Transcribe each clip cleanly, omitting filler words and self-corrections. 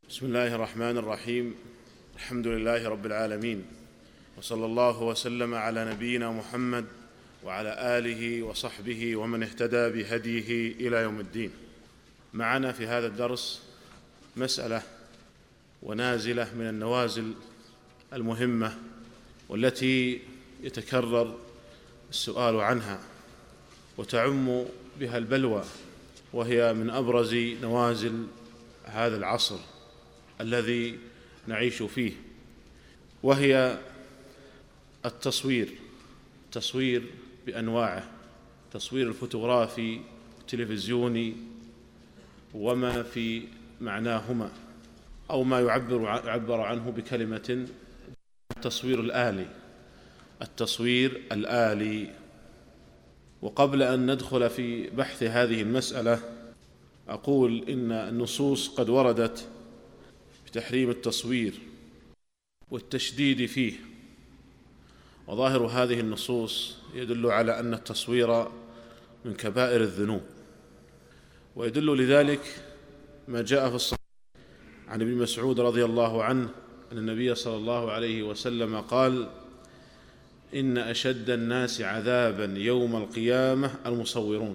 بسم الله الرحمن الرحيم. الحمد لله رب العالمين، وصلى الله وسلم على نبينا محمد وعلى آله وصحبه ومن اهتدى بهديه إلى يوم الدين. معنا في هذا الدرس مسألة ونازلة من النوازل المهمة والتي يتكرر السؤال عنها وتعم بها البلوى، وهي من أبرز نوازل هذا العصر الذي نعيش فيه، وهي التصوير بأنواعه، التصوير الفوتوغرافي التلفزيوني وما في معناهما، أو ما يعبر عنه بكلمة التصوير الآلي. وقبل أن ندخل في بحث هذه المسألة أقول إن النصوص قد وردت بتحريم التصوير والتشديد فيه، وظاهر هذه النصوص يدل على أن التصوير من كبائر الذنوب، ويدل لذلك ما جاء في الصحيح عن ابن مسعود رضي الله عنه أن النبي صلى الله عليه وسلم قال: إن أشد الناس عذابا يوم القيامة المصورون.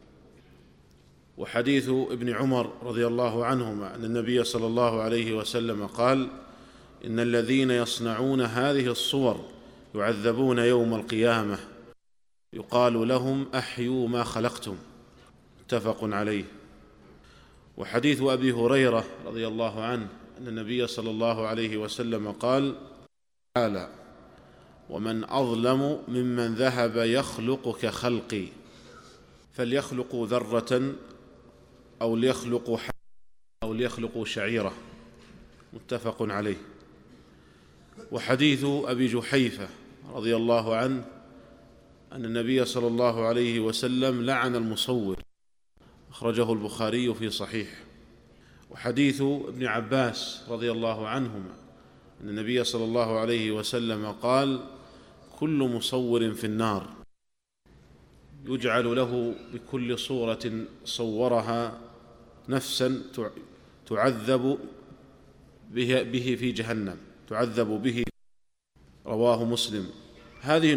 وحديث ابن عمر رضي الله عنهما أن النبي صلى الله عليه وسلم قال: إن الذين يصنعون هذه الصور يعذبون يوم القيامة، يقال لهم أحيوا ما خلقتم. متفق عليه. وحديث أبي هريرة رضي الله عنه أن النبي صلى الله عليه وسلم قال تعالى: ومن أظلم ممن ذهب يخلق كخلقي، فليخلقوا ذرة أو ليخلقوا شعيرة. متفق عليه. وحديث أبي جحيفة رضي الله عنه أن النبي صلى الله عليه وسلم لعن المصور، أخرجه البخاري في صحيح. وحديث ابن عباس رضي الله عنهما أن النبي صلى الله عليه وسلم قال: كل مصور في النار، يجعل له بكل صورة صورها نفسا تعذب به في جهنم، تعذب به. رواه مسلم. هذه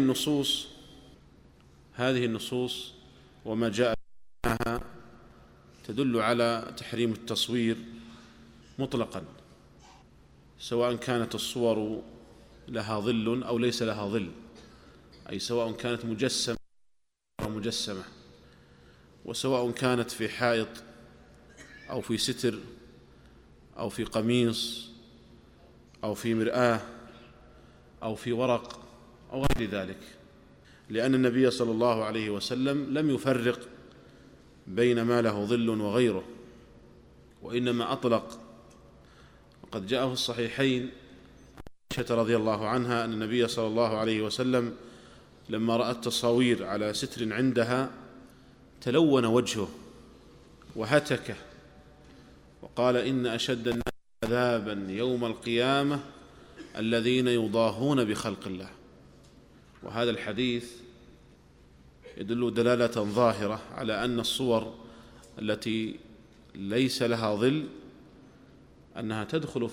النصوص وما جاء معها تدل على تحريم التصوير مطلقا، سواء كانت الصور لها ظل أو ليس لها ظل، أي سواء كانت مجسمة أو مجسمة، وسواء كانت في حائط أو في ستر أو في قميص أو في مرآة أو في ورق أو غير ذلك، لأن النبي صلى الله عليه وسلم لم يفرق بين ما له ظل وغيره، وإنما أطلق. وقد جاء في الصحيحين عائشة رضي الله عنها أن النبي صلى الله عليه وسلم لما رأى التصاوير على ستر عندها تلون وجهه وهتكه، وقال: إن أشد الناس عذابا يوم القيامة الذين يضاهون بخلق الله. وهذا الحديث يدل دلالة ظاهرة على أن الصور التي ليس لها ظل أنها تدخل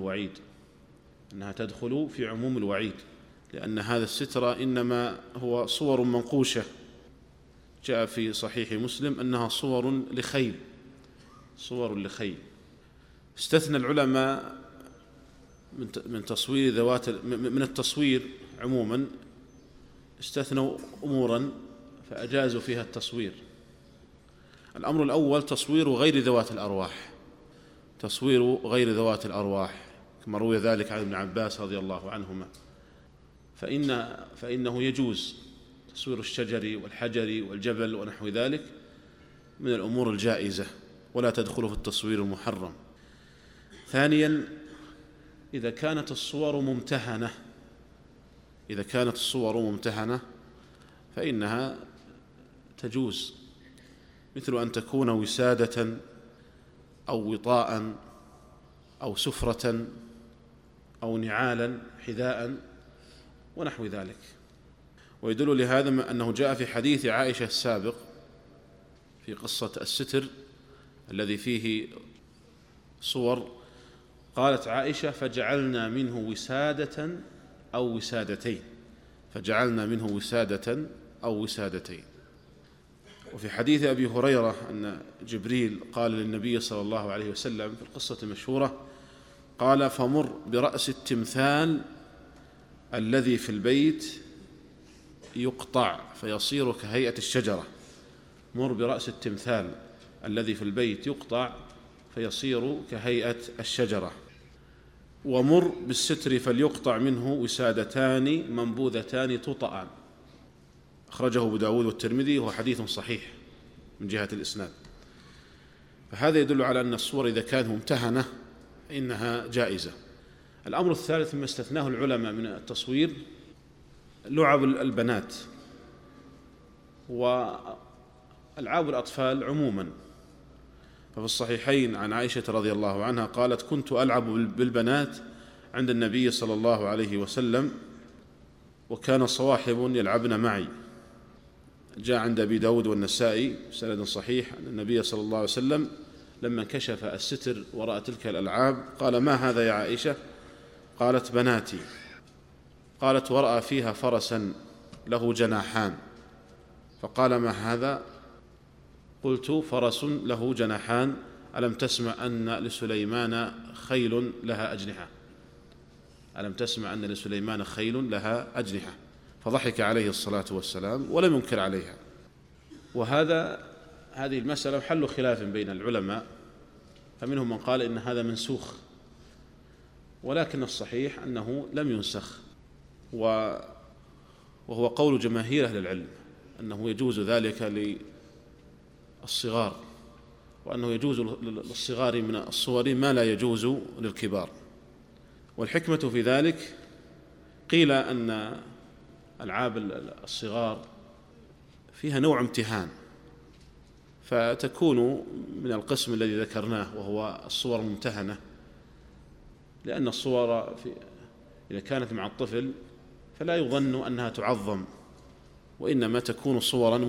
في عموم الوعيد، لأن هذا الستر إنما هو صور منقوشة. جاء في صحيح مسلم أنها صور لخيل. استثنى العلماء من التصوير عموما، استثنوا أمورا فأجازوا فيها التصوير. الأمر الأول تصوير غير ذوات الأرواح، كما روي ذلك عن ابن عباس رضي الله عنهما، فإنه يجوز تصوير الشجر والحجر والجبل ونحو ذلك من الأمور الجائزة، ولا تدخل في التصوير المحرم. ثانيا، إذا كانت الصور ممتهنة فإنها تجوز، مثل أن تكون وسادة أو وطاء أو سفرة أو نعالا حذاء ونحو ذلك. ويدل لهذا أنه جاء في حديث عائشة السابق في قصة الستر الذي فيه صور قالت عائشة: فجعلنا منه وسادة أو وسادتين، فجعلنا منه وسادة أو وسادتين. وفي حديث أبي هريرة أن جبريل قال للنبي صلى الله عليه وسلم في القصة المشهورة، قال: فمر برأس التمثال الذي في البيت يقطع فيصير كهيئة الشجرة. مر برأس التمثال الذي في البيت يقطع فيصير كهيئة الشجرة. ومر بالستر فليقطع منه وسادتان منبوذتان تطأان. أخرجه أبو داود والترمذي، وهو حديث صحيح من جهة الإسناد. فهذا يدل على أن الصور إذا كانت ممتهنة إنها جائزة. الأمر الثالث مما استثناه العلماء من التصوير لعب البنات وألعاب الأطفال عموما. ففي الصحيحين عن عائشة رضي الله عنها قالت: كنت ألعب بالبنات عند النبي صلى الله عليه وسلم وكان صواحب يلعبن معي. جاء عند أبي داود والنسائي بسند صحيح أن النبي صلى الله عليه وسلم لما انكشف الستر وراء تلك الألعاب قال: ما هذا يا عائشة؟ قالت: بناتي. قالت: ورأى فيها فرسا له جناحان. فقال: ما هذا؟ قلت: فرس له جناحان، ألم تسمع أن لسليمان خيل لها أجنحة؟ ألم تسمع أن لسليمان خيل لها أجنحة؟ فضحك عليه الصلاة والسلام ولم ينكر عليها. هذه المسألة محل خلاف بين العلماء، فمنهم من قال إن هذا منسوخ، ولكن الصحيح أنه لم ينسخ، وهو قول جماهير أهل العلم أنه يجوز ذلك للصغار، وأنه يجوز للصغار من الصور ما لا يجوز للكبار. والحكمة في ذلك قيل أن ألعاب الصغار فيها نوع امتهان، فتكون من القسم الذي ذكرناه وهو الصور الممتهنة، لأن الصور إذا كانت مع الطفل فلا يظن أنها تعظم، وإنما تكون صورا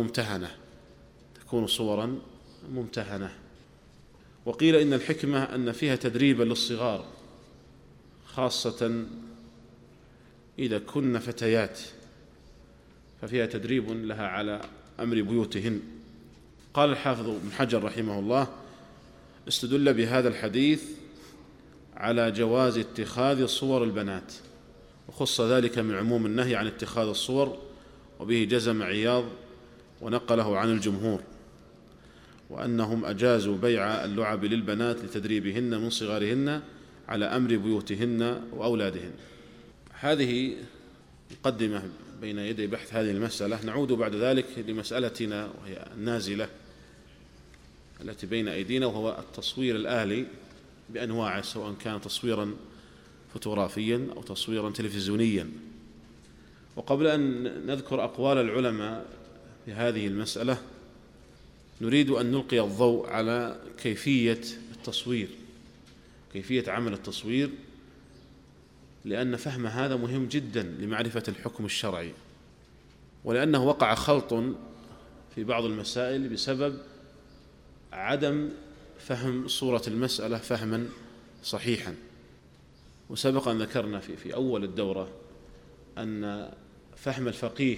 ممتهنة. وقيل إن الحكمة أن فيها تدريبا للصغار، خاصة إذا كن فتيات، ففيها تدريب لها على أمر بيوتهن. قال الحافظ ابن حجر رحمه الله: استدل بهذا الحديث على جواز اتخاذ صور البنات، وخص ذلك من عموم النهي عن اتخاذ الصور، وبه جزم عياض ونقله عن الجمهور، وأنهم أجازوا بيع اللعب للبنات لتدريبهن من صغارهن على أمر بيوتهن وأولادهن. هذه مقدمة بين يدي بحث هذه المسألة. نعود بعد ذلك لمسألتنا وهي النازلة التي بين أيدينا، وهو التصوير الآلي بأنواعه، سواء كان تصويرا فوتوغرافيا أو تصويرا تلفزيونيا. وقبل أن نذكر أقوال العلماء في هذه المسألة نريد أن نلقي الضوء على كيفية التصوير، كيفية عمل التصوير، لأن فهم هذا مهم جدا لمعرفة الحكم الشرعي، ولأنه وقع خلط في بعض المسائل بسبب عدم فهم صورة المسألة فهما صحيحا. وسبق أن ذكرنا في أول الدورة أن فهم الفقيه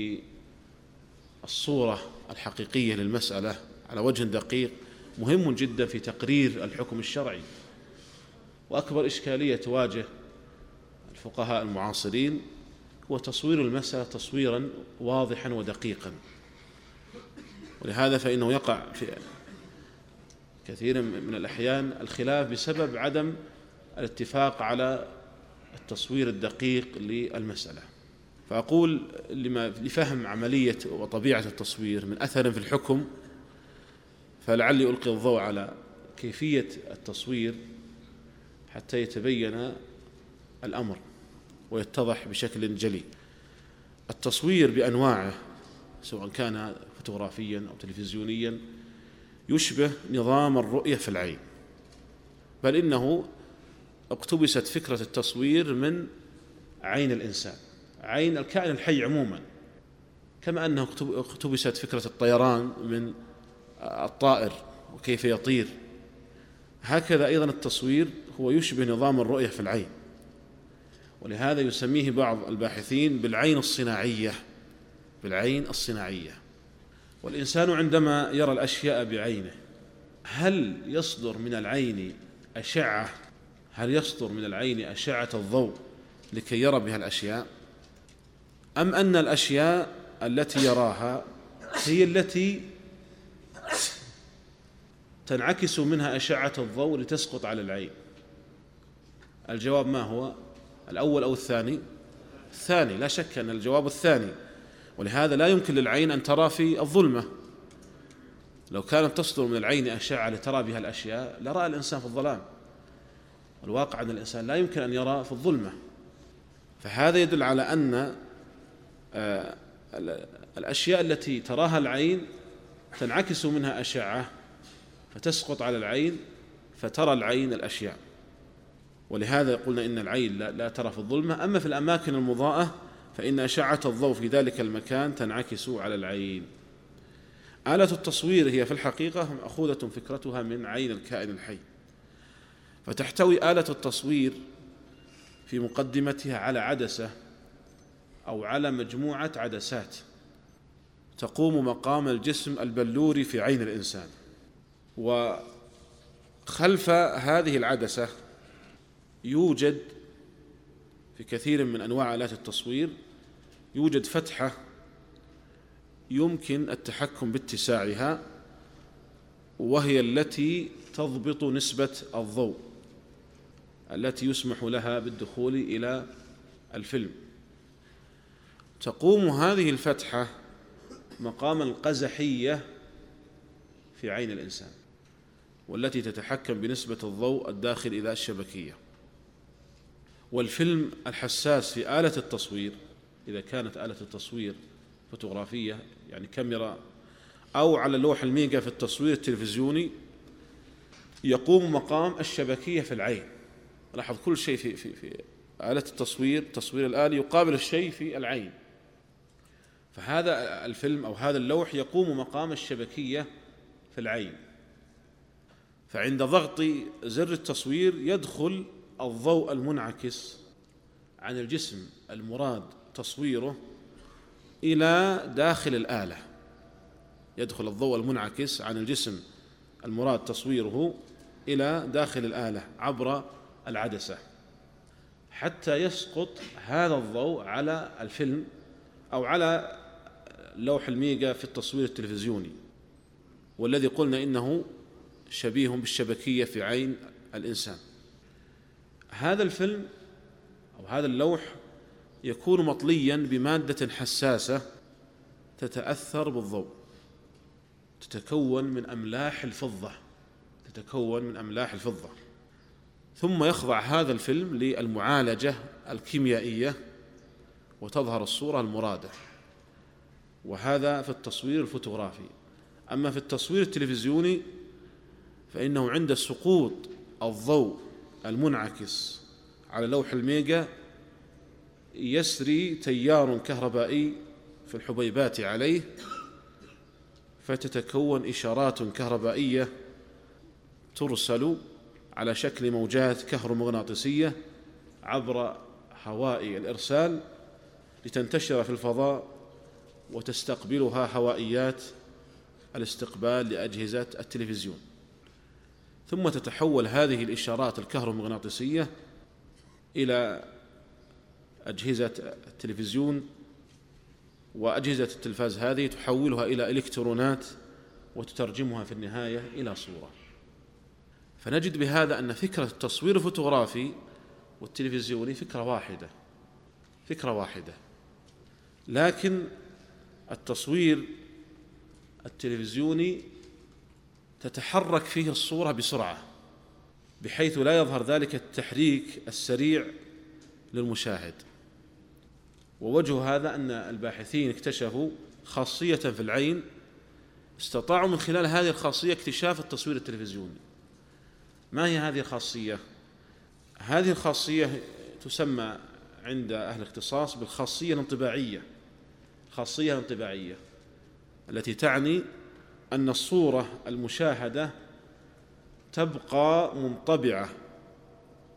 للصورة الحقيقية للمسألة على وجه دقيق مهم جدا في تقرير الحكم الشرعي. وأكبر إشكالية تواجه الفقهاء المعاصرين هو تصوير المسألة تصويرا واضحا ودقيقا، ولهذا فإنه يقع في كثير من الأحيان الخلاف بسبب عدم الاتفاق على التصوير الدقيق للمسألة. فأقول لفهم عملية وطبيعة التصوير من أثر في الحكم، فلعلي ألقي الضوء على كيفية التصوير حتى يتبين الأمر ويتضح بشكل جلي. التصوير بأنواعه سواء كان فوتوغرافيا أو تلفزيونيا يشبه نظام الرؤية في العين، بل إنه اقتبست فكرة التصوير من عين الإنسان، عين الكائن الحي عموما، كما أنه اقتبست فكرة الطيران من الطائر وكيف يطير، هكذا أيضا التصوير هو يشبه نظام الرؤية في العين، ولهذا يسميه بعض الباحثين بالعين الصناعية، بالعين الصناعية. والإنسان عندما يرى الأشياء بعينه، هل يصدر من العين أشعة، هل يصدر من العين أشعة الضوء لكي يرى بها الأشياء، أم أن الأشياء التي يراها هي التي تنعكس منها أشعة الضوء لتسقط على العين؟ الجواب ما هو؟ الأول أو الثاني؟ الثاني، لا شك أن الجواب الثاني. ولهذا لا يمكن للعين أن ترى في الظلمة. لو كانت تصدر من العين أشعة لترى بها الأشياء لرأى الإنسان في الظلام. الواقع أن الإنسان لا يمكن أن يرى في الظلمة. فهذا يدل على أن الأشياء التي تراها العين تنعكس منها أشعة فتسقط على العين فترى العين الأشياء. ولهذا قلنا إن العين لا ترى في الظلمة. أما في الأماكن المضاءة فإن أشعة الضوء في ذلك المكان تنعكس على العين. آلة التصوير هي في الحقيقة مأخوذة فكرتها من عين الكائن الحي، فتحتوي آلة التصوير في مقدمتها على عدسة أو على مجموعة عدسات تقوم مقام الجسم البلوري في عين الإنسان. وخلف هذه العدسة يوجد في كثير من أنواع آلات التصوير يوجد فتحة يمكن التحكم باتساعها، وهي التي تضبط نسبة الضوء التي يسمح لها بالدخول إلى الفيلم. تقوم هذه الفتحة مقام القزحية في عين الإنسان، والتي تتحكم بنسبة الضوء الداخل إلى الشبكية. والفيلم الحساس في آلة التصوير، إذا كانت آلة التصوير فوتوغرافية يعني كاميرا، أو على لوح الميجا في التصوير التلفزيوني، يقوم مقام الشبكية في العين. لاحظ كل شيء في آلة التصوير الآلي يقابل الشيء في العين. فهذا الفيلم أو هذا اللوح يقوم مقام الشبكية في العين. فعند ضغط زر التصوير يدخل الضوء المنعكس عن الجسم المراد تصويره إلى داخل الآلة. يدخل الضوء المنعكس عن الجسم المراد تصويره إلى داخل الآلة عبر العدسة، حتى يسقط هذا الضوء على الفيلم أو على لوح الميجا في التصوير التلفزيوني، والذي قلنا إنه شبيه بالشبكية في عين الإنسان. هذا الفيلم أو هذا اللوح يكون مطليا بمادة حساسة تتأثر بالضوء، تتكون من أملاح الفضة، ثم يخضع هذا الفيلم للمعالجة الكيميائية وتظهر الصورة المرادة. وهذا في التصوير الفوتوغرافي. أما في التصوير التلفزيوني فإنه عند سقوط الضوء المنعكس على لوح الميجا يسري تيار كهربائي في الحبيبات عليه، فتتكون إشارات كهربائية ترسل على شكل موجات كهرومغناطيسية عبر هوائي الإرسال لتنتشر في الفضاء وتستقبلها هوائيات الاستقبال لأجهزة التلفزيون. ثم تتحول هذه الإشارات الكهرومغناطيسية إلى أجهزة التلفزيون، وأجهزة التلفاز هذه تحولها إلى إلكترونات وتترجمها في النهاية إلى صورة. فنجد بهذا أن فكرة التصوير الفوتوغرافي والتلفزيوني فكرة واحدة، لكن التصوير التلفزيوني تتحرك فيه الصورة بسرعة بحيث لا يظهر ذلك التحريك السريع للمشاهد. ووجه هذا أن الباحثين اكتشفوا خاصية في العين استطاعوا من خلال هذه الخاصية اكتشاف التصوير التلفزيوني. ما هي هذه الخاصية؟ هذه الخاصية تسمى عند أهل الاختصاص بالخاصية الانطباعية. الخاصية الانطباعية التي تعني أن الصورة المشاهدة تبقى منطبعة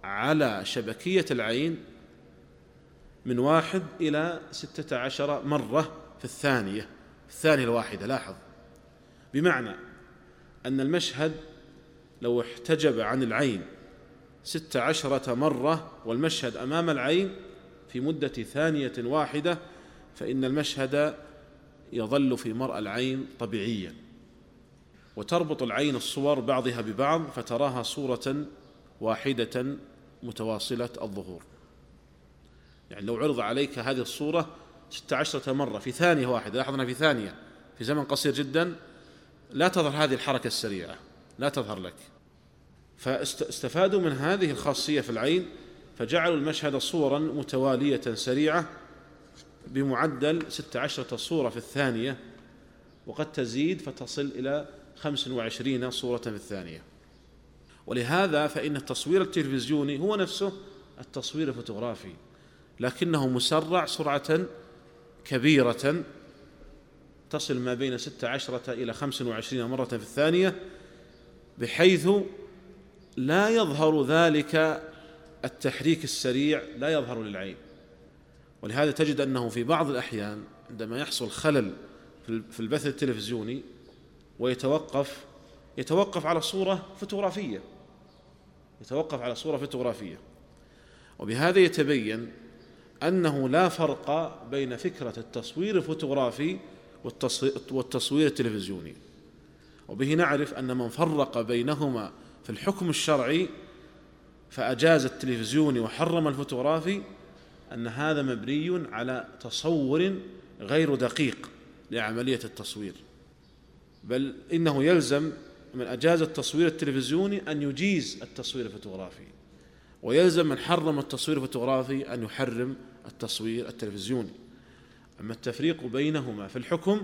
على شبكية العين من 1 إلى 16 مرة في الثانية الواحدة. لاحظ، بمعنى أن المشهد لو احتجب عن العين 16 مرة والمشهد أمام العين في مدة ثانية واحدة، فإن المشهد يظل في مرأى العين طبيعيا، وتربط العين الصور بعضها ببعض فتراها صورة واحدة متواصلة الظهور. يعني لو عرض عليك هذه الصورة 16 مرة في ثانية واحدة، لاحظنا في ثانية، في زمن قصير جدا، لا تظهر هذه الحركة السريعة، لا تظهر لك. فاستفادوا من هذه الخاصية في العين، فجعلوا المشهد صورا متوالية سريعة بمعدل 16 صورة في الثانية، وقد تزيد فتصل إلى 25 صورة في الثانية. ولهذا فإن التصوير التلفزيوني هو نفسه التصوير الفوتوغرافي، لكنه مسرع سرعة كبيرة تصل ما بين 16 إلى 25 مرة في الثانية، بحيث لا يظهر ذلك التحريك السريع، لا يظهر للعين. ولهذا تجد أنه في بعض الأحيان عندما يحصل خلل في البث التلفزيوني يتوقف على صورة فوتوغرافية، وبهذا يتبين أنه لا فرق بين فكرة التصوير الفوتوغرافي والتصوير التلفزيوني. وبه نعرف أن من فرق بينهما في الحكم الشرعي فأجاز التلفزيوني وحرم الفوتوغرافي، أن هذا مبني على تصور غير دقيق لعملية التصوير، بل إنه يلزم من أجاز التصوير التلفزيوني أن يجيز التصوير الفوتوغرافي، ويلزم من حرم التصوير الفوتوغرافي أن يحرم التصوير التلفزيوني. أما التفريق بينهما في الحكم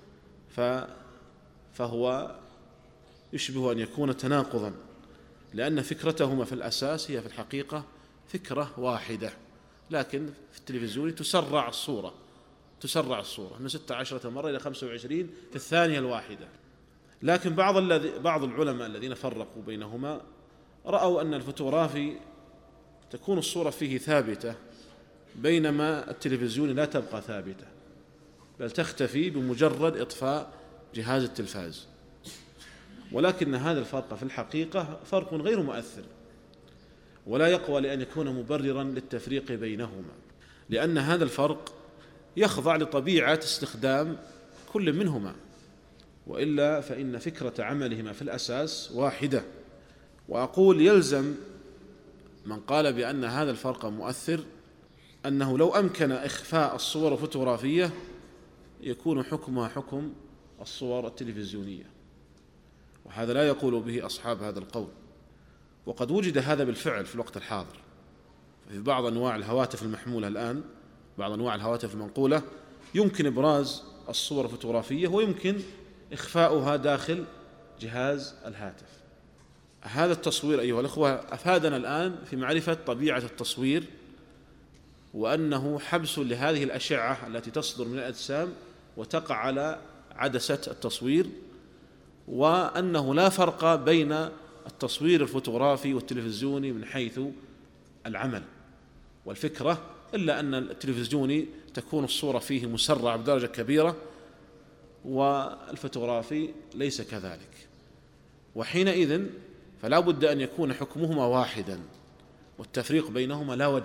فهو يشبه أن يكون تناقضا، لأن فكرتهما في الأساس هي في الحقيقة فكرة واحدة، لكن في التلفزيون تسرع الصورة من 16 مرة إلى 25 في الثانية الواحدة. لكن بعض العلماء الذين فرقوا بينهما رأوا أن الفوتوغرافي تكون الصورة فيه ثابتة، بينما التلفزيون لا تبقى ثابتة، بل تختفي بمجرد إطفاء جهاز التلفاز. ولكن هذا الفرق في الحقيقة فرق غير مؤثر، ولا يقوى لأن يكون مبررا للتفريق بينهما، لأن هذا الفرق يخضع لطبيعة استخدام كل منهما، وإلا فإن فكرة عملهما في الأساس واحدة. وأقول يلزم من قال بأن هذا الفرق مؤثر أنه لو أمكن إخفاء الصور الفوتوغرافية يكون حكمها حكم الصور التلفزيونية، وهذا لا يقول به أصحاب هذا القول. وقد وجد هذا بالفعل في الوقت الحاضر في بعض أنواع الهواتف المحمولة الآن، بعض أنواع الهواتف المنقولة يمكن إبراز الصور الفوتوغرافية ويمكن إخفاؤها داخل جهاز الهاتف. هذا التصوير أيها الأخوة أفادنا الآن في معرفة طبيعة التصوير، وأنه حبس لهذه الأشعة التي تصدر من الأجسام وتقع على عدسة التصوير، وأنه لا فرق بين التصوير الفوتوغرافي والتلفزيوني من حيث العمل والفكرة، إلا أن التلفزيوني تكون الصورة فيه مسرعة بدرجة كبيرة، والفوتوغرافي ليس كذلك. وحينئذ فلا بد أن يكون حكمهما واحدا، والتفريق بينهما لا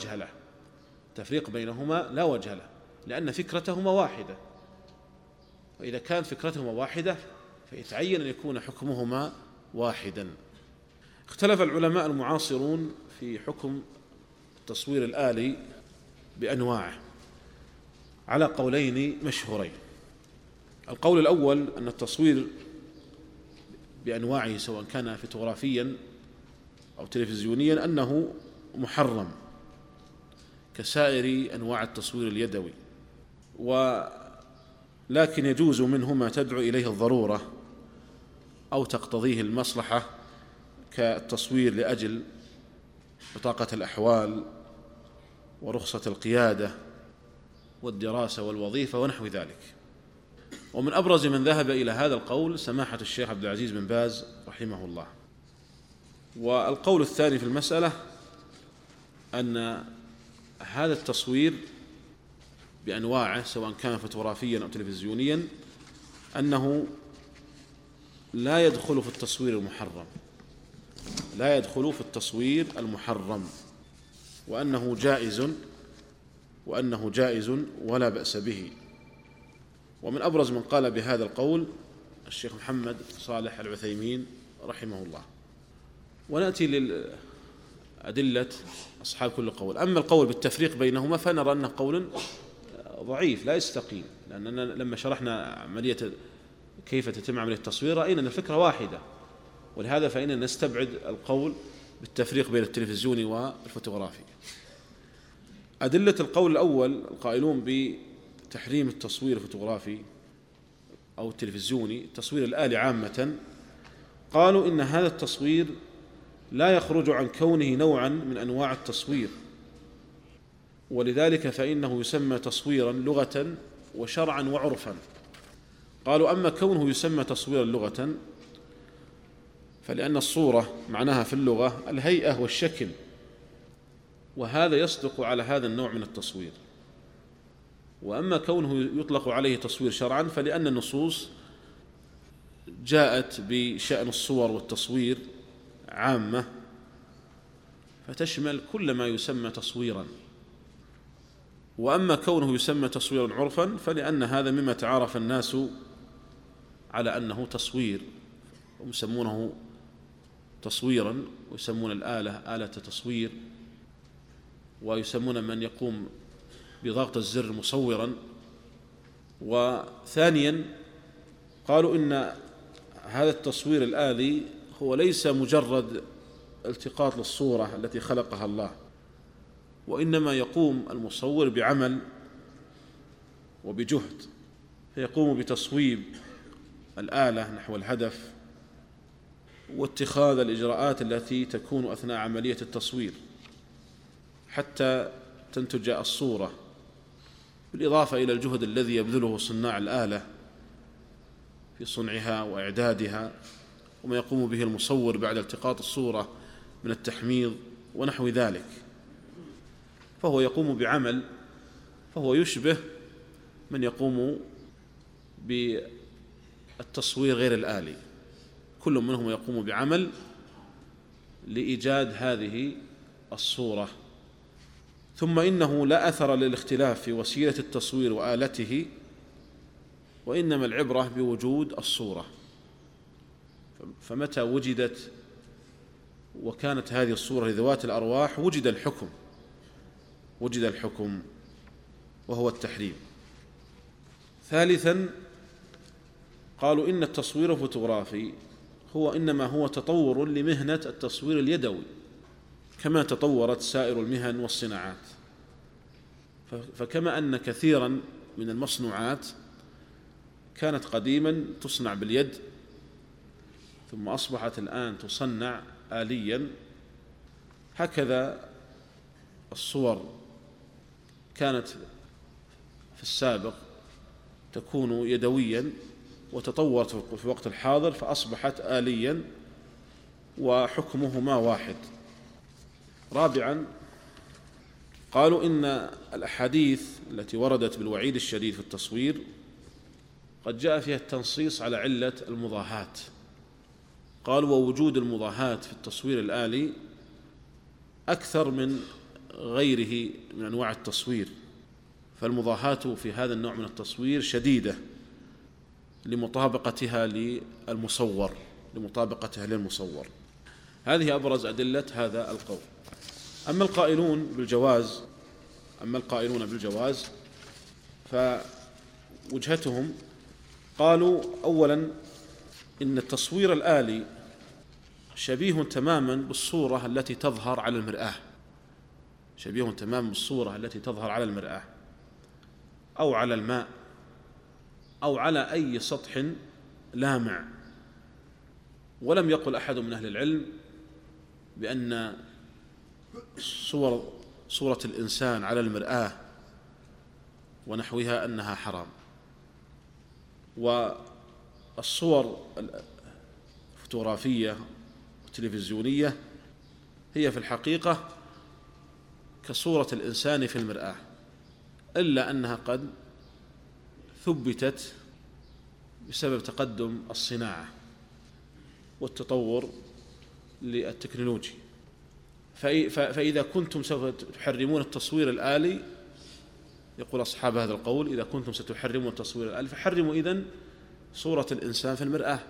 وجه له، لأن فكرتهما واحدة، وإذا كانت فكرتهما واحدة فيتعين أن يكون حكمهما واحدا. اختلف العلماء المعاصرون في حكم التصوير الآلي بأنواعه على قولين مشهورين. القول الأول أن التصوير بأنواعه سواء كان فوتوغرافيا أو تلفزيونيا أنه محرم كسائر أنواع التصوير اليدوي، ولكن يجوز منه ما تدعو إليه الضرورة أو تقتضيه المصلحة، كالتصوير لأجل بطاقة الأحوال ورخصة القيادة والدراسة والوظيفة ونحو ذلك. ومن أبرز من ذهب إلى هذا القول سماحة الشيخ عبد العزيز بن باز رحمه الله. والقول الثاني في المسألة أن هذا التصوير بأنواعه سواء كان فوتوغرافيا أو تلفزيونيا أنه لا يدخل في التصوير المحرم، لا يدخل في التصوير المحرم، وأنه جائز ولا بأس به. ومن أبرز من قال بهذا القول الشيخ محمد صالح العثيمين رحمه الله. ونأتي للأدلة أصحاب كل قول. أما القول بالتفريق بينهما فنرى أنه قول ضعيف لا يستقيم، لأننا لما شرحنا عملية كيف تتم عملية التصوير رأينا أن الفكرة واحدة، ولهذا فإننا نستبعد القول بالتفريق بين التلفزيوني والفوتوغرافي. أدلة القول الأول القائلون بتحريم التصوير الفوتوغرافي أو التلفزيوني، التصوير الآلي عامة، قالوا إن هذا التصوير لا يخرج عن كونه نوعا من أنواع التصوير، ولذلك فإنه يسمى تصويرا لغة وشرعا وعرفا. قالوا أما كونه يسمى تصويرا لغة فلأن الصورة معناها في اللغة الهيئة والشكل، وهذا يصدق على هذا النوع من التصوير. وأما كونه يطلق عليه تصوير شرعا فلأن النصوص جاءت بشأن الصور والتصوير عامة فتشمل كل ما يسمى تصويرا. وأما كونه يسمى تصويرا عرفا فلأن هذا مما تعارف الناس على أنه تصوير، ويسمونه تصويرا، ويسمون الآلة آلة تصوير، ويسمون من يقوم بضغط الزر مصورا. وثانيا قالوا إن هذا التصوير الآلي هو ليس مجرد التقاط للصورة التي خلقها الله، وإنما يقوم المصور بعمل وبجهد، فيقوم بتصويب الآلة نحو الهدف واتخاذ الإجراءات التي تكون أثناء عملية التصوير حتى تنتج الصورة، بالإضافة إلى الجهد الذي يبذله صناع الآلة في صنعها وإعدادها، وما يقوم به المصور بعد التقاط الصورة من التحميض ونحو ذلك. فهو يقوم بعمل، فهو يشبه من يقوم بالتصوير غير الآلي، كل منهم يقوم بعمل لإيجاد هذه الصورة. ثم إنه لا أثر للاختلاف في وسيلة التصوير وآلته، وإنما العبرة بوجود الصورة. فمتى وجدت وكانت هذه الصورة لذوات الأرواح وجد الحكم وهو التحريم. ثالثا قالوا إن التصوير الفوتوغرافي إنما هو تطور لمهنة التصوير اليدوي كما تطورت سائر المهن والصناعات. فكما أن كثيرا من المصنوعات كانت قديما تصنع باليد ثم أصبحت الآن تصنع آليا، هكذا الصور كانت في السابق تكون يدويا وتطورت في الوقت الحاضر فأصبحت آليا وحكمهما واحد. رابعا قالوا إن الأحاديث التي وردت بالوعيد الشديد في التصوير قد جاء فيها التنصيص على علة المضاهاة. قالوا ووجود المضاهاة في التصوير الآلي أكثر من غيره من أنواع التصوير، فالمضاهاة في هذا النوع من التصوير شديدة لمطابقتها للمصور. هذه أبرز أدلة هذا القول. أما القائلون بالجواز فوجهتهم قالوا أولا إن التصوير الآلي شبيه تماما بالصورة التي تظهر على المرآة أو على الماء أو على أي سطح لامع. ولم يقل أحد من أهل العلم بأن صورة الإنسان على المرآة ونحوها أنها حرام. والصور الفوتوغرافية والتلفزيونية هي في الحقيقة كصورة الإنسان في المرآة، إلا أنها قد ثبتت بسبب تقدم الصناعة والتطور للتكنولوجيا. فإذا كنتم سوف تحرمون التصوير الآلي، يقول أصحاب هذا القول: إذا كنتم ستحرمون التصوير الآلي فحرموا إذن صورة الإنسان في المرآة،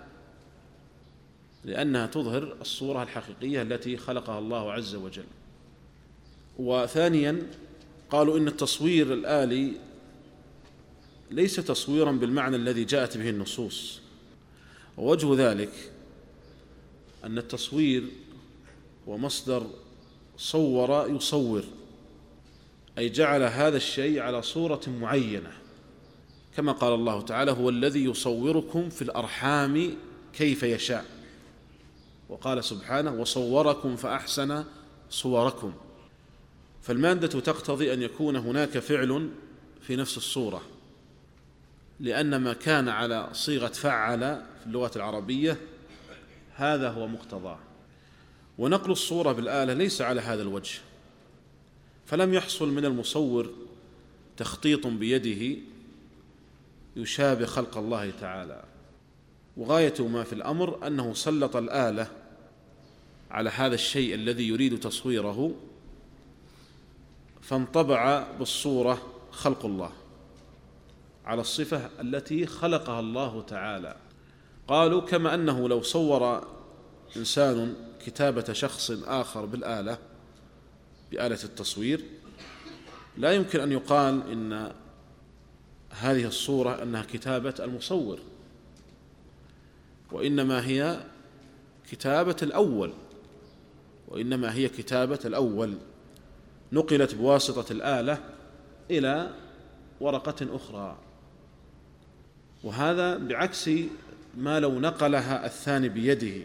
لأنها تظهر الصورة الحقيقية التي خلقها الله عز وجل. وثانيا قالوا إن التصوير الآلي ليس تصويرا بالمعنى الذي جاءت به النصوص، ووجه ذلك أن التصوير هو مصدر صور يصور، أي جعل هذا الشيء على صورة معينة، كما قال الله تعالى: هو الذي يصوركم في الأرحام كيف يشاء. وقال سبحانه: وصوركم فأحسن صوركم. فالمادة تقتضي أن يكون هناك فعل في نفس الصورة، لأن ما كان على صيغة فعل في اللغة العربية هذا هو مقتضاه. ونقل الصورة بالآلة ليس على هذا الوجه، فلم يحصل من المصور تخطيط بيده يشابه خلق الله تعالى. وغاية ما في الأمر أنه سلط الآلة على هذا الشيء الذي يريد تصويره، فانطبع بالصورة خلق الله على الصفة التي خلقها الله تعالى. قالوا: كما أنه لو صور إنسان كتابة شخص آخر بالآلة، بآلة التصوير، لا يمكن أن يقال إن هذه الصورة أنها كتابة المصور، وإنما هي كتابة الأول، نقلت بواسطة الآلة إلى ورقة أخرى. وهذا بعكس ما لو نقلها الثاني بيده،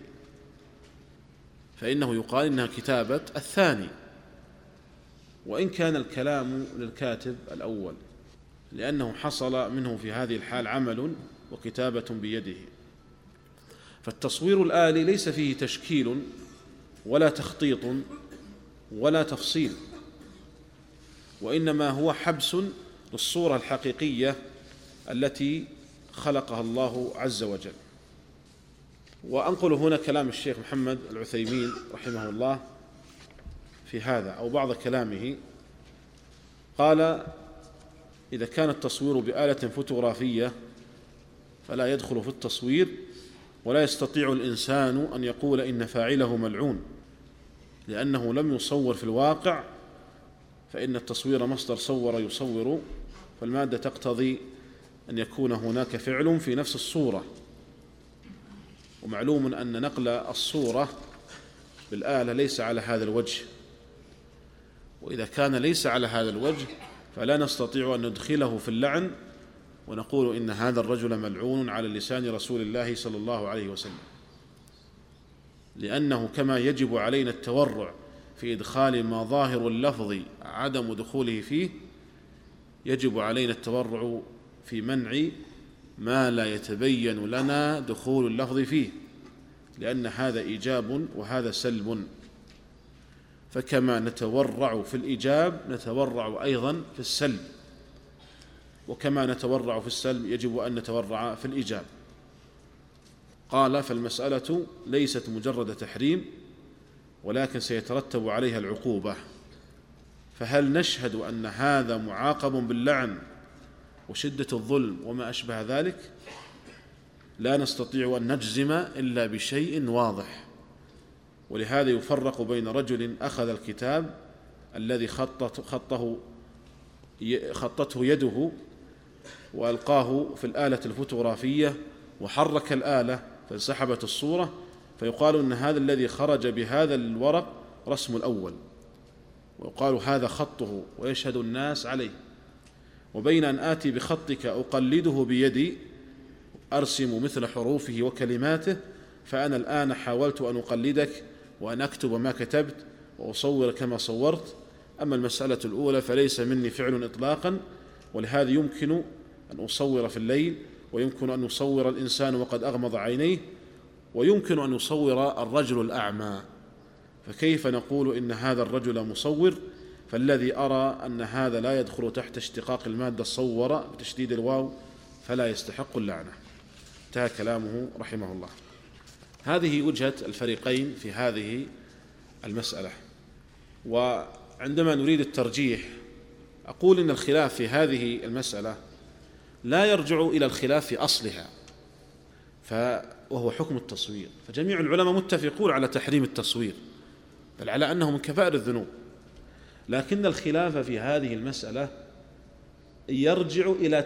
فإنه يقال إنها كتابة الثاني، وإن كان الكلام للكاتب الأول، لأنه حصل منه في هذه الحال عمل وكتابة بيده. فالتصوير الآلي ليس فيه تشكيل ولا تخطيط ولا تفصيل، وإنما هو حبس للصورة الحقيقية التي خلقها الله عز وجل. وأنقل هنا كلام الشيخ محمد العثيمين رحمه الله في هذا، أو بعض كلامه. قال: إذا كان التصوير بآلة فوتوغرافية فلا يدخل في التصوير، ولا يستطيع الإنسان أن يقول إن فاعله ملعون، لأنه لم يصور في الواقع، فإن التصوير مصدر صور يصور، فالمادة تقتضي أن يكون هناك فعل في نفس الصورة. ومعلوم أن نقل الصورة بالآلة ليس على هذا الوجه، وإذا كان ليس على هذا الوجه فلا نستطيع أن ندخله في اللعن ونقول إن هذا الرجل ملعون على لسان رسول الله صلى الله عليه وسلم، لأنه كما يجب علينا التورع في إدخال ما ظاهر اللفظ عدم دخوله فيه، يجب علينا التورع في منع ما لا يتبين لنا دخول اللفظ فيه، لأن هذا إيجاب وهذا سلب. فكما نتورع في الإيجاب نتورع أيضا في السلب، وكما نتورع في السلب يجب أن نتورع في الإيجاب. قال: فالمسألة ليست مجرد تحريم، ولكن سيترتب عليها العقوبة. فهل نشهد أن هذا معاقب باللعن وشدة الظلم وما أشبه ذلك؟ لا نستطيع أن نجزم إلا بشيء واضح. ولهذا يفرق بين رجل أخذ الكتاب الذي خطته يده وألقاه في الآلة الفوتوغرافية وحرك الآلة فانسحبت الصورة، فيقال أن هذا الذي خرج بهذا الورق رسم الأول، ويقال هذا خطه ويشهد الناس عليه. وبين أن آتي بخطك أقلده بيدي أرسم مثل حروفه وكلماته، فأنا الآن حاولت أن أقلدك وأن أكتب ما كتبت وأصور كما صورت. أما المسألة الأولى فليس مني فعل إطلاقا، ولهذا يمكن أن أصور في الليل، ويمكن أن يصور الإنسان وقد أغمض عينيه، ويمكن أن يصور الرجل الأعمى. فكيف نقول إن هذا الرجل مصور؟ فالذي أرى أن هذا لا يدخل تحت اشتقاق المادة صور بتشديد الواو فلا يستحق اللعنة. انتهى كلامه رحمه الله. هذه وجهة الفريقين في هذه المسألة. وعندما نريد الترجيح أقول إن الخلاف في هذه المسألة لا يرجع إلى الخلاف في أصلها، وهو حكم التصوير، فجميع العلماء متفقون على تحريم التصوير، بل على أنه من كبائر الذنوب. لكن الخلاف في هذه المسألة يرجع إلى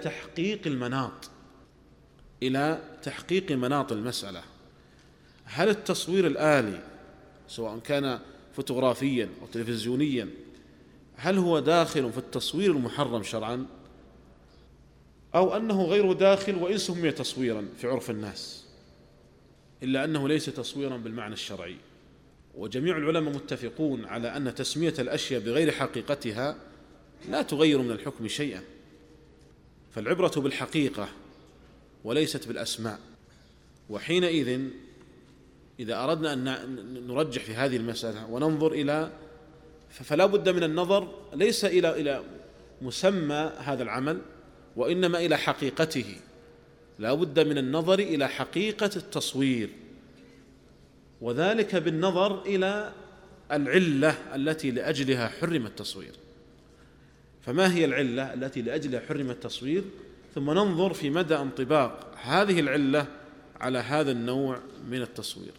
تحقيق مناط المسألة. هل التصوير الآلي سواء كان فوتوغرافيا أو تلفزيونيا هل هو داخل في التصوير المحرم شرعا، أو أنه غير داخل وإن سمي تصويرا في عرف الناس، إلا أنه ليس تصويرا بالمعنى الشرعي. وجميع العلماء متفقون على أن تسمية الأشياء بغير حقيقتها لا تغير من الحكم شيئا، فالعبرة بالحقيقة وليست بالأسماء. وحينئذ إذا أردنا أن نرجح في هذه المسألة وننظر فلا بد من النظر ليس إلى مسمى هذا العمل وإنما إلى حقيقته. لا بد من النظر إلى حقيقة التصوير، وذلك بالنظر إلى العلة التي لأجلها حرم التصوير. فما هي العلة التي لأجلها حرم التصوير؟ ثم ننظر في مدى انطباق هذه العلة على هذا النوع من التصوير.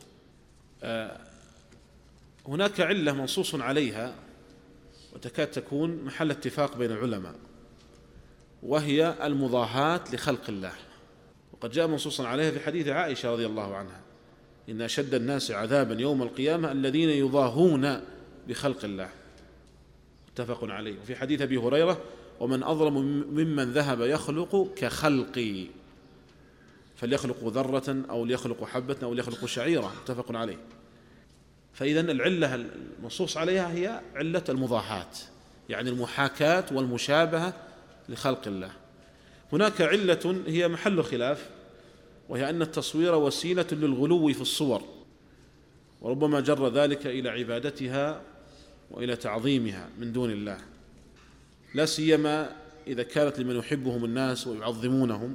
هناك علة منصوص عليها وتكاد تكون محل اتفاق بين العلماء، وهي المضاهاة لخلق الله. وقد جاء منصوصا عليها في حديث عائشة رضي الله عنها: إن أشد الناس عذابا يوم القيامة الذين يضاهون بخلق الله، متفق عليه. وفي حديث أبي هريرة: ومن أظلم ممن ذهب يخلق كخلقي، فليخلق ذرة أو ليخلق حبة أو ليخلق شعيرة، متفق عليه. فإذن العلة المنصوص عليها هي علة المضاهاة، يعني المحاكاة والمشابهة لخلق الله. هناك علة هي محل خلاف، وهي أن التصوير وسيلة للغلو في الصور، وربما جر ذلك إلى عبادتها وإلى تعظيمها من دون الله، لا سيما إذا كانت لمن يحبهم الناس ويعظمونهم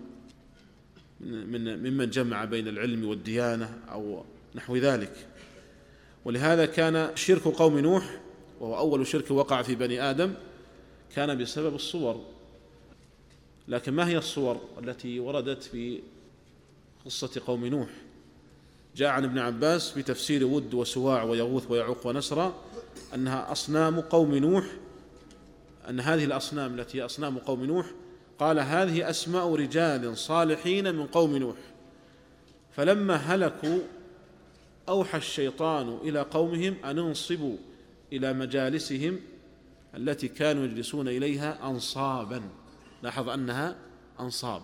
ممن جمع بين العلم والديانة أو نحو ذلك. ولهذا كان شرك قوم نوح، وهو أول شرك وقع في بني آدم، كان بسبب الصور. لكن ما هي الصور التي وردت في قصة قوم نوح؟ جاء عن ابن عباس في تفسير ود وسواع ويغوث ويعوق ونسرا أنها أصنام قوم نوح، أن هذه الأصنام التي هي أصنام قوم نوح قال هذه أسماء رجال صالحين من قوم نوح، فلما هلكوا أوحى الشيطان إلى قومهم أن انصبوا إلى مجالسهم التي كانوا يجلسون إليها أنصابا، لاحظ أنها أنصاب،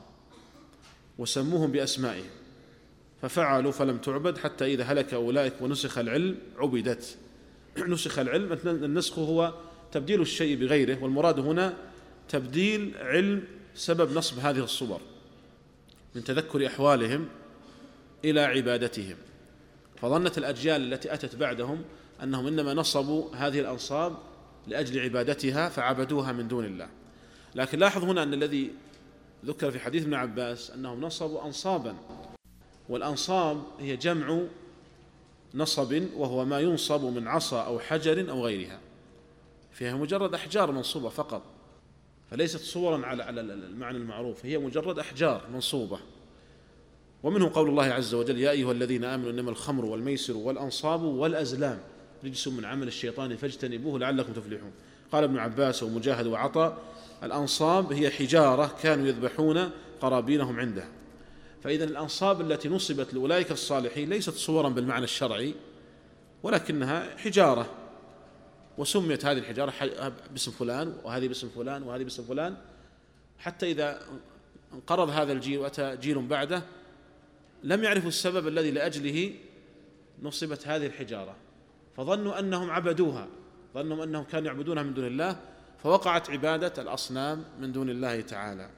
وسموهم بأسمائهم، ففعلوا فلم تعبد حتى إذا هلك أولئك ونسخ العلم عبدت. نسخ العلم، النسخ هو تبديل الشيء بغيره، والمراد هنا تبديل علم سبب نصب هذه الصور من تذكر أحوالهم إلى عبادتهم. فظنت الأجيال التي أتت بعدهم أنهم إنما نصبوا هذه الأنصاب لأجل عبادتها فعبدوها من دون الله. لكن لاحظ هنا أن الذي ذكر في حديث ابن عباس أنهم نصبوا أنصابا، والأنصاب هي جمع نصب، وهو ما ينصب من عصا أو حجر أو غيرها، فيها مجرد أحجار منصوبة فقط، فليست صورا على المعنى المعروف، هي مجرد أحجار منصوبة. ومنه قول الله عز وجل: يا أيها الذين آمنوا إنما الخمر والميسر والأنصاب والأزلام رجس من عمل الشيطان فاجتنبوه لعلكم تفلحون. قال ابن عباس ومجاهد وعطاء: الأنصاب هي حجارة كانوا يذبحون قرابينهم عندها. فإذا الأنصاب التي نصبت لأولئك الصالحين ليست صورا بالمعنى الشرعي، ولكنها حجارة، وسميت هذه الحجارة باسم فلان وهذه باسم فلان وهذه باسم فلان، حتى إذا انقرض هذا الجيل وأتى جيل بعده لم يعرفوا السبب الذي لأجله نصبت هذه الحجارة، فظنوا أنهم عبدوها، ظنوا أنهم كانوا يعبدونها من دون الله، فوقعت عبادة الأصنام من دون الله تعالى.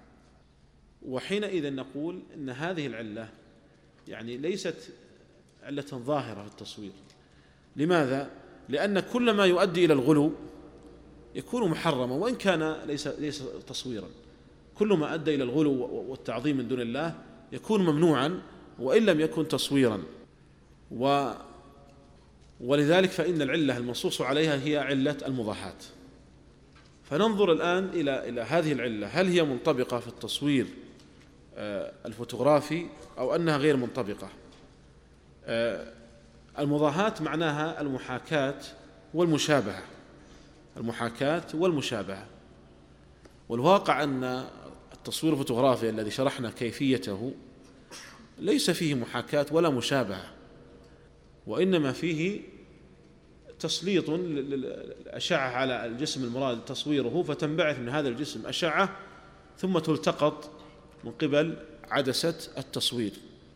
وحينئذ نقول إن هذه العلة يعني ليست علة ظاهرة في التصوير. لماذا؟ لأن كل ما يؤدي إلى الغلو يكون محرما وإن كان ليس تصويرا. كل ما أدى إلى الغلو والتعظيم من دون الله يكون ممنوعا وإن لم يكن تصويرا. ولذلك فإن العلة المنصوص عليها هي علة المضاهاة. فننظر الآن إلى هذه العلة، هل هي منطبقة في التصوير الفوتوغرافي أو أنها غير منطبقة؟ المضاهاة معناها المحاكاة والمشابهة، المحاكاة والمشابهة. والواقع أن التصوير الفوتوغرافي الذي شرحنا كيفيته ليس فيه محاكاة ولا مشابهة، وإنما فيه تسليط الأشعة على الجسم المراد تصويره، فتنبعث من هذا الجسم أشعة ثم تلتقط من قبل عدسة التصوير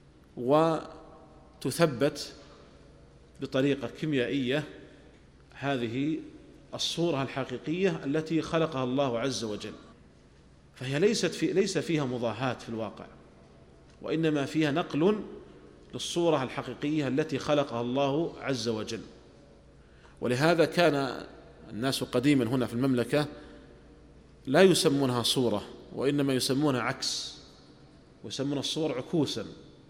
وتثبت بطريقة كيميائية هذه الصورة الحقيقية التي خلقها الله عز وجل. فهي ليس فيها مضاهاة في الواقع، وإنما فيها نقل للصورة الحقيقية التي خلقها الله عز وجل. ولهذا كان الناس قديما هنا في المملكة لا يسمونها صورة، وإنما يسمونها عكس، ويسمون الصور عكوسا.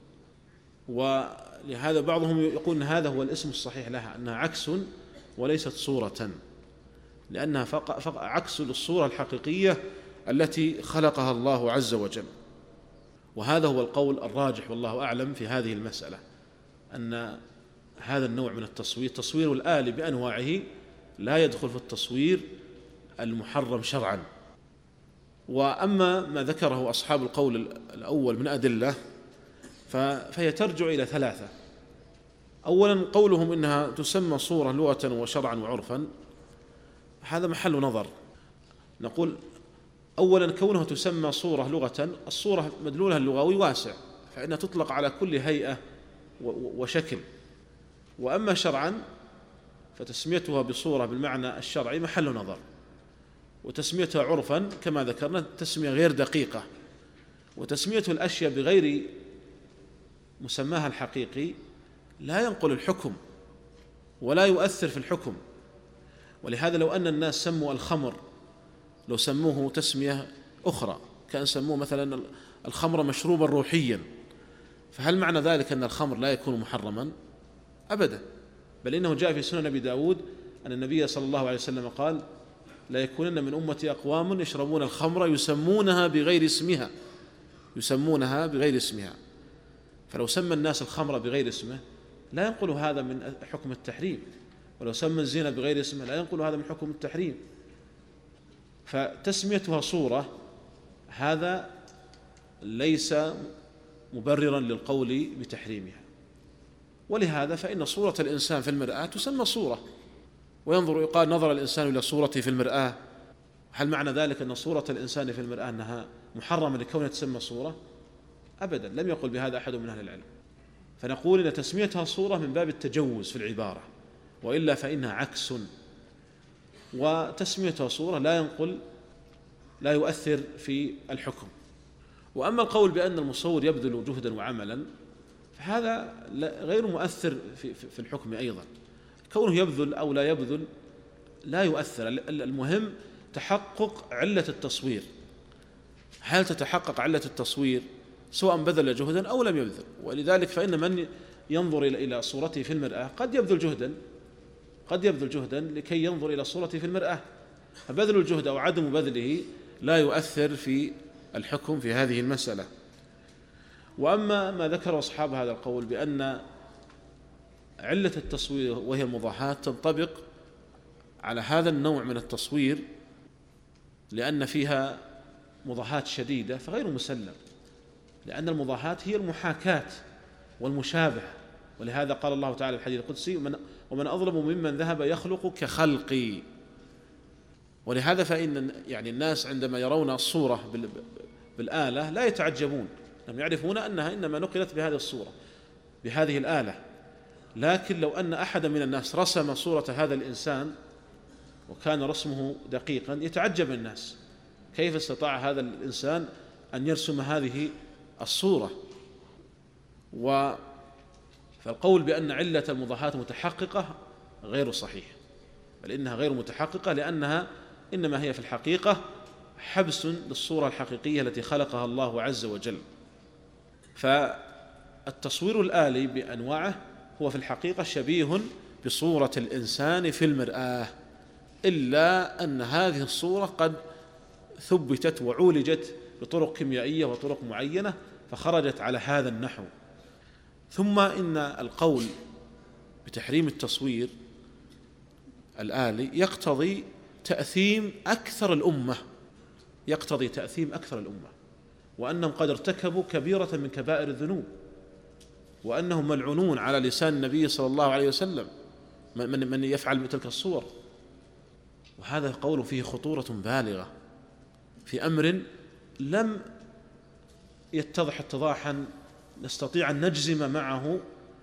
ولهذا بعضهم يقول هذا هو الاسم الصحيح لها، أنها عكس وليست صورة، لأنها عكس للصورة الحقيقية التي خلقها الله عز وجل. وهذا هو القول الراجح والله أعلم في هذه المسألة، أن هذا النوع من التصوير، تصوير الآلة بأنواعه، لا يدخل في التصوير المحرم شرعا. وأما ما ذكره أصحاب القول الأول من أدلة فهي ترجع إلى ثلاثة. أولا قولهم إنها تسمى صورة لغة وشرعا وعرفا، هذا محل نظر. نقول أولا كونها تسمى صورة لغة، الصورة مدلولها اللغوي واسع، فإنها تطلق على كل هيئة وشكل. وأما شرعا فتسميتها بصورة بالمعنى الشرعي محل نظر، وتسميتها عرفا كما ذكرنا تسمية غير دقيقة، وتسمية الأشياء بغير مسماها الحقيقي لا ينقل الحكم ولا يؤثر في الحكم. ولهذا لو أن الناس سموا الخمر، لو سموه تسمية أخرى كأن سموه مثلا الخمر مشروبا روحيا، فهل معنى ذلك أن الخمر لا يكون محرما؟ أبدا، بل إنه جاء في سنن أبي داود أن النبي صلى الله عليه وسلم قال: لا يكونن من أمتي أقوام يشربون الخمر يسمونها بغير اسمها، يسمونها بغير اسمها. فلو سمى الناس الخمر بغير اسمه لا ينقل هذا من حكم التحريم، ولو سمى الزنا بغير اسمه لا ينقل هذا من حكم التحريم. فتسميتها صورة هذا ليس مبررا للقول بتحريمها. ولهذا فإن صورة الإنسان في المرآة تسمى صورة، وينظر يقال نظر الإنسان إلى صورته في المرآة، هل معنى ذلك أن صورة الإنسان في المرآة أنها محرمة لكونها تسمى صورة؟ أبدا، لم يقل بهذا أحد من أهل العلم. فنقول إن تسميتها صورة من باب التجوز في العبارة، وإلا فإنها عكس، وتسميتها صورة لا يؤثر في الحكم. وأما القول بأن المصور يبذل جهدا وعملا فهذا غير مؤثر في الحكم أيضا. كونه يبذل أو لا يبذل لا يؤثر، المهم تحقق علة التصوير. هل تتحقق علة التصوير سواء بذل جهدا أو لم يبذل؟ ولذلك فإن من ينظر إلى صورته في المرآة قد يبذل جهدا لكي ينظر إلى صورته في المرآة، فبذل الجهد أو عدم بذله لا يؤثر في الحكم في هذه المسألة. وأما ما ذكر أصحاب هذا القول بأن علة التصوير وهي المضاهاة تنطبق على هذا النوع من التصوير لأن فيها مضاهاة شديدة، فغير مسلم، لأن المضاهاة هي المحاكاة والمشابهة. ولهذا قال الله تعالى في الحديث القدسي: ومن أظلم ممن ذهب يخلق كخلقي. ولهذا فإن الناس عندما يرون الصورة بالآلة لا يتعجبون، هم يعرفون أنها إنما نقلت بهذه الصورة بهذه الآلة. لكن لو أن أحد من الناس رسم صورة هذا الإنسان وكان رسمه دقيقا يتعجب الناس، كيف استطاع هذا الإنسان أن يرسم هذه الصورة؟ فالقول بأن علة المضاهاة متحققة غير صحيح، بل إنها غير متحققة، لأنها إنما هي في الحقيقة حبس للصورة الحقيقية التي خلقها الله عز وجل. فالتصوير الآلي بأنواعه هو في الحقيقة شبيه بصورة الإنسان في المرآة، إلا أن هذه الصورة قد ثبتت وعولجت بطرق كيميائية وطرق معينة فخرجت على هذا النحو. ثم إن القول بتحريم التصوير الآلي يقتضي تأثيم أكثر الأمة، وأنهم قد ارتكبوا كبيرة من كبائر الذنوب، وأنهم ملعونون على لسان النبي صلى الله عليه وسلم من يفعل تلك الصور. وهذا قول فيه خطورة بالغة في أمر لم يتضح اتضاحا نستطيع أن نجزم معه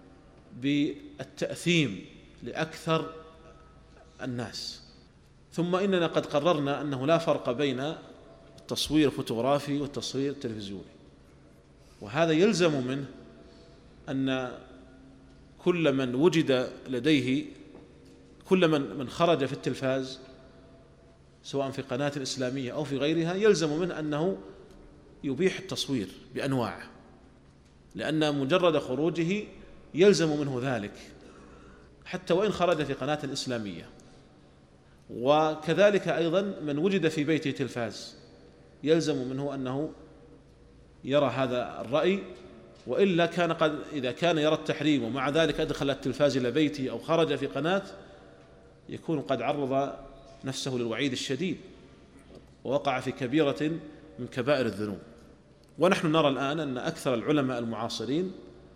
بالتأثيم لأكثر الناس. ثم إننا قد قررنا أنه لا فرق بين التصوير الفوتوغرافي والتصوير التلفزيوني، وهذا يلزم منه أن كل من وجد لديه، كل من خرج في التلفاز سواء في قناة إسلامية أو في غيرها، يلزم منه أنه يبيح التصوير بأنواعه، لأن مجرد خروجه يلزم منه ذلك حتى وإن خرج في قناة إسلامية. وكذلك أيضا من وجد في بيته تلفاز يلزم منه أنه يرى هذا الرأي، وإلا كان إذا كان يرى التحريم ومع ذلك أدخل التلفاز إلى بيته أو خرج في قناة يكون قد عرض نفسه للوعيد الشديد ووقع في كبيرة من كبائر الذنوب. ونحن نرى الآن أن أكثر العلماء المعاصرين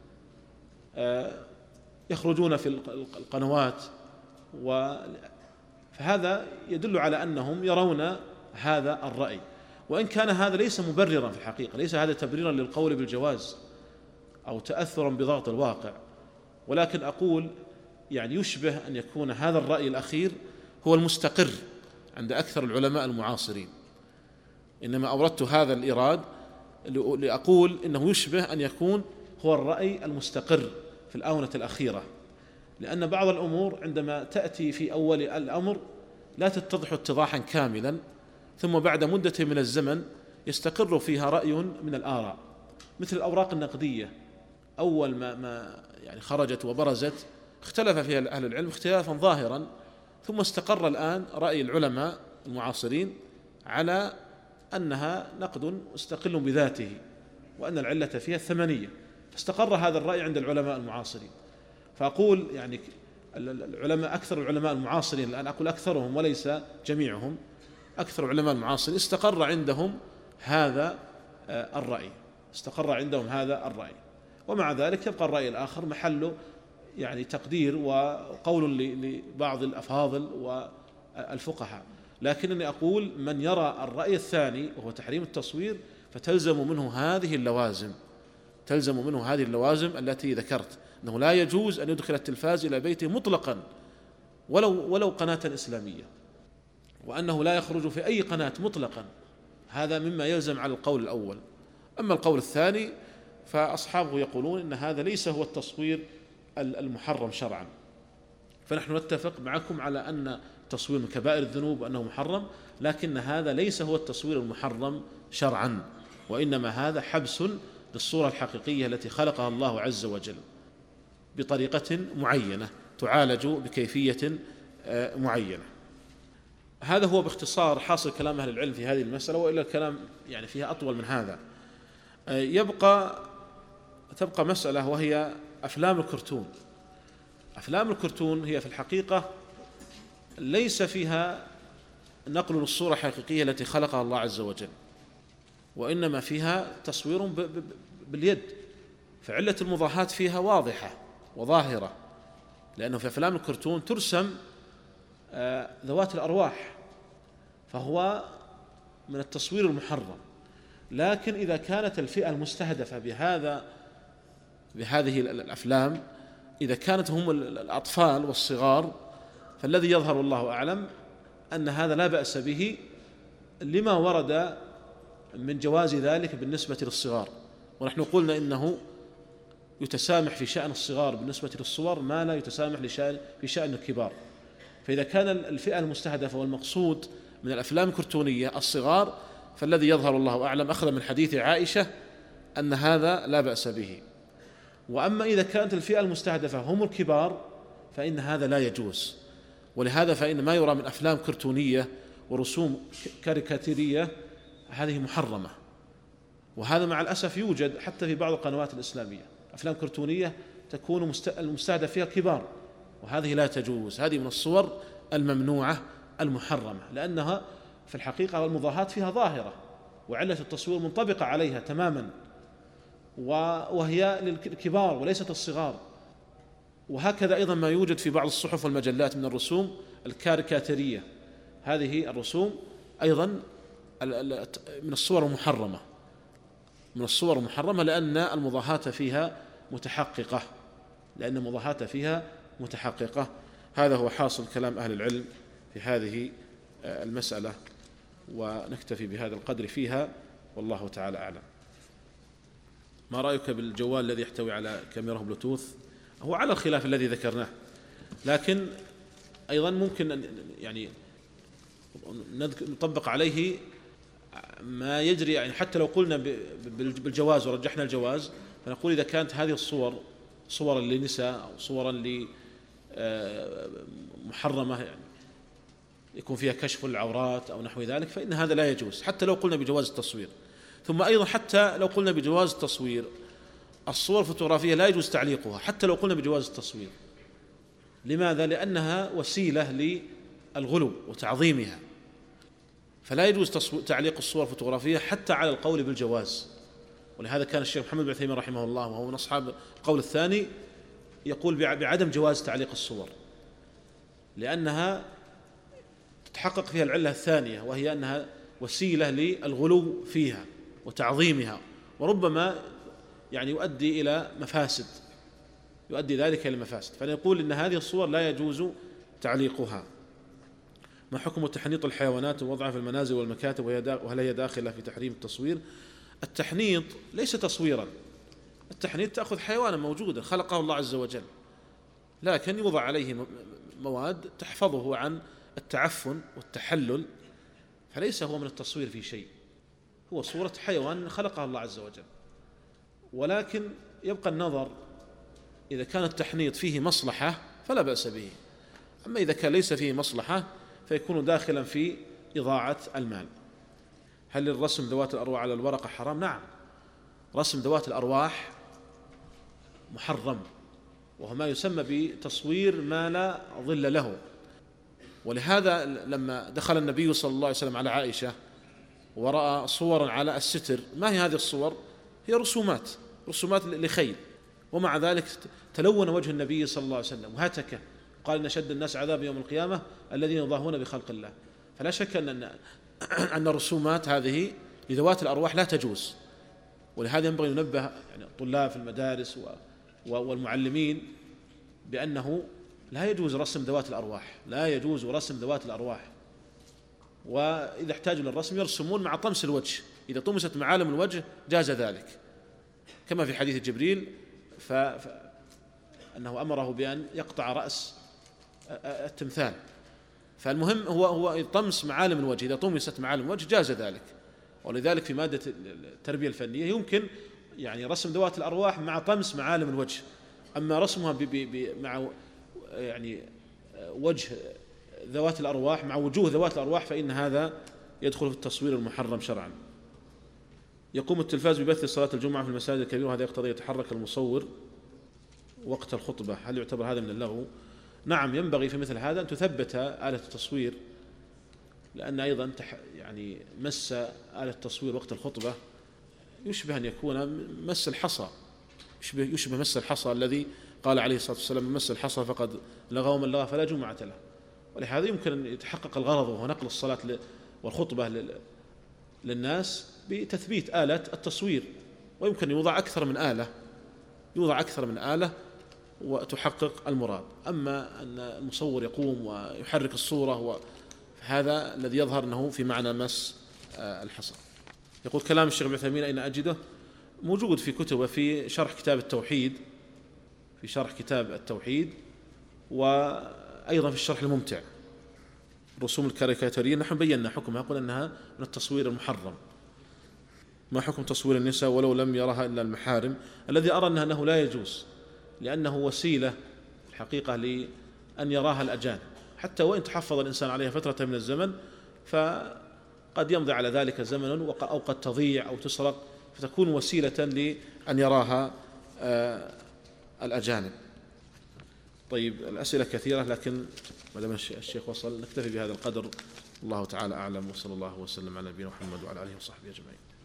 يخرجون في القنوات، فهذا يدل على أنهم يرون هذا الرأي، وإن كان هذا ليس مبررا في الحقيقة، ليس هذا تبريرا للقول بالجواز أو تأثرا بضغط الواقع، ولكن أقول يعني يشبه أن يكون هذا الرأي الأخير هو المستقر عند أكثر العلماء المعاصرين. إنما أوردت هذا الإيراد لأقول إنه يشبه أن يكون هو الرأي المستقر في الآونة الأخيرة، لأن بعض الأمور عندما تأتي في أول الأمر لا تتضح اتضاحا كاملا، ثم بعد مدة من الزمن يستقر فيها رأي من الآراء، مثل الأوراق النقدية. أول ما يعني خرجت وبرزت اختلف فيها أهل العلم اختلافا ظاهرا، ثم استقر الآن رأي العلماء المعاصرين على أنها نقد مستقل بذاته، وأن العلة فيها الثمنية، فاستقر هذا الرأي عند العلماء المعاصرين. فأقول يعني العلماء، أكثر العلماء المعاصرين الآن، أقول أكثرهم وليس جميعهم، أكثر العلماء المعاصرين استقر عندهم هذا الرأي، ومع ذلك يبقى الرأي الآخر محله يعني تقدير وقول لبعض الأفاضل والفقهاء. لكنني أقول من يرى الرأي الثاني وهو تحريم التصوير فتلزم منه هذه اللوازم التي ذكرت، أنه لا يجوز أن يدخل التلفاز إلى بيته مطلقا ولو قناة إسلامية، وأنه لا يخرج في أي قناة مطلقا. هذا مما يلزم على القول الأول. أما القول الثاني فأصحابه يقولون إن هذا ليس هو التصوير المحرم شرعا، فنحن نتفق معكم على أن التصوير من كبائر الذنوب وأنه محرم، لكن هذا ليس هو التصوير المحرم شرعا، وإنما هذا حبس للصورة الحقيقية التي خلقها الله عز وجل بطريقة معينة تعالج بكيفية معينة. هذا هو باختصار حاصل كلام أهل العلم في هذه المسألة، وإلا الكلام يعني فيها أطول من هذا. تبقى مسألة، وهي أفلام الكرتون. أفلام الكرتون هي في الحقيقة ليس فيها نقل للصورة الحقيقية التي خلقها الله عز وجل، وإنما فيها تصوير باليد، فعلة المضاهاة فيها واضحة وظاهرة، لأنه في أفلام الكرتون ترسم ذوات الأرواح، فهو من التصوير المحرم. لكن إذا كانت الفئة المستهدفة بهذه الأفلام إذا كانت هم الأطفال والصغار، فالذي يظهر والله أعلم أن هذا لا بأس به لما ورد من جواز ذلك بالنسبة للصغار. ونحن قلنا إنه يتسامح في شأن الصغار بالنسبة للصور ما لا يتسامح في شأن الكبار. فإذا كان الفئة المستهدفة والمقصود من الأفلام الكرتونية الصغار فالذي يظهر الله أعلم أخذ من حديث عائشة أن هذا لا بأس به. وأما إذا كانت الفئة المستهدفة هم الكبار فإن هذا لا يجوز. ولهذا فإن ما يرى من أفلام كرتونية ورسوم كاريكاتيرية هذه محرمة، وهذا مع الأسف يوجد حتى في بعض القنوات الإسلامية أفلام كرتونية تكون المستهدف فيها كبار، وهذه لا تجوز. هذه من الصور الممنوعة المحرمة، لأنها في الحقيقة المضاهاة فيها ظاهرة، وعلة التصوير منطبقة عليها تماما، وهي للكبار وليست الصغار. وهكذا أيضا ما يوجد في بعض الصحف والمجلات من الرسوم الكاريكاتيرية، هذه الرسوم أيضا من الصور المحرمة، من الصور المحرمة، لأن المضاهاة فيها متحققة، لأن المضاهاة فيها متحققة. هذا هو حاصل كلام أهل العلم في هذه المسألة، ونكتفي بهذا القدر فيها، والله تعالى أعلم. ما رأيك بالجوال الذي يحتوي على كاميرا بلوتوث؟ هو على الخلاف الذي ذكرناه، لكن أيضا ممكن أن يعني نطبق عليه ما يجري، يعني حتى لو قلنا بالجواز ورجحنا الجواز، فنقول إذا كانت هذه الصور صورا للنساء أو صورا محرمة، يعني يكون فيها كشف العورات أو نحو ذلك، فإن هذا لا يجوز حتى لو قلنا بجواز التصوير. ثم أيضا حتى لو قلنا بجواز التصوير، الصور الفوتوغرافية لا يجوز تعليقها حتى لو قلنا بجواز التصوير. لماذا؟ لأنها وسيلة للغلو وتعظيمها، فلا يجوز تعليق الصور الفوتوغرافية حتى على القول بالجواز. ولهذا كان الشيخ محمد بن عثيمين رحمه الله وهو من أصحاب القول الثاني يقول بعدم جواز تعليق الصور، لأنها تتحقق فيها العلة الثانية، وهي أنها وسيلة للغلو فيها وتعظيمها، وربما يعني يؤدي إلى مفاسد، يؤدي ذلك إلى مفاسد. فنقول إن هذه الصور لا يجوز تعليقها. ما حكم تحنيط الحيوانات ووضعها في المنازل والمكاتب، وهل هي داخلة في تحريم التصوير؟ التحنيط ليس تصويرا، التحنيط تأخذ حيوانا موجودا خلقه الله عز وجل، لكن يوضع عليه مواد تحفظه عن التعفن والتحلل، فليس هو من التصوير في شيء، هو صورة حيوان خلقه الله عز وجل. ولكن يبقى النظر، إذا كان التحنيط فيه مصلحة فلا بأس به، أما إذا كان ليس فيه مصلحة فيكون داخلا في إضاعة المال. هل الرسم ذوات الأرواح على الورقة حرام؟ نعم، رسم ذوات الأرواح محرم، وهو ما يسمى بتصوير ما لا ظل له. ولهذا لما دخل النبي صلى الله عليه وسلم على عائشة ورأى صورا على الستر، ما هي هذه الصور؟ هي رسومات لخيل، ومع ذلك تلون وجه النبي صلى الله عليه وسلم وهتك، قال إن شد الناس عذاب يوم القيامة الذين يضاهون بخلق الله. فلا شك أن الرسومات هذه لذوات الأرواح لا تجوز، ولهذا ينبغي أن ينبه يعني الطلاب في المدارس والمعلمين بأنه لا يجوز رسم ذوات الأرواح، لا يجوز رسم ذوات الأرواح. وإذا احتاجوا للرسم يرسمون مع طمس الوجه، إذا طمست معالم الوجه جاز ذلك، كما في حديث جبريل أنه أمره بأن يقطع رأس التمثال. فالمهم هو طمس معالم الوجه، إذا طمست معالم الوجه جاز ذلك. ولذلك في مادة التربية الفنية يمكن يعني رسم ذوات الأرواح مع طمس معالم الوجه، أما رسمها مع يعني وجه ذوات الأرواح مع وجوه ذوات الأرواح فإن هذا يدخل في التصوير المحرم شرعا. يقوم التلفاز ببث صلاة الجمعة في المساجد الكبيرة، وهذا يقتضي يتحرك المصور وقت الخطبة، هل يعتبر هذا من اللغو؟ نعم، ينبغي في مثل هذا أن تثبت آلة التصوير، لأن أيضا يعني مس آلة التصوير وقت الخطبة يشبه أن يكون مس الحصى، يشبه مس الحصى الذي قال عليه الصلاة والسلام: مس الحصى فقد لغى، ومن لغى فلا جمعة له. ولهذا يمكن أن يتحقق الغرض، وهو نقل الصلاة والخطبة للناس بتثبيت آلة التصوير، ويمكن يوضع أكثر من آلة وتحقق المراد. أما أن المصور يقوم ويحرك الصورة هذا الذي يظهر أنه في معنى مس الحصى. يقول: كلام الشيخ ابن عثيمين أين أجده؟ موجود في كتبه، في شرح كتاب التوحيد، وأيضا في الشرح الممتع. الرسوم الكاريكاتيرية نحن بينا حكمها، قلنا أنها من التصوير المحرم. ما حكم تصوير النساء ولو لم يرها إلا المحارم؟ الذي أرى أنه لا يجوز، لأنه وسيلة الحقيقة لأن يراها الأجانب، حتى وإن تحفظ الإنسان عليها فترة من الزمن فقد يمضي على ذلك زمن أو قد تضيع أو تسرق، فتكون وسيلة لأن يراها الأجانب. طيب الأسئلة كثيرة، لكن ما دام الشيخ وصل نكتفي بهذا القدر. الله تعالى أعلم، وصلى الله وسلم على نبينا محمد وعلى آله وصحبه أجمعين.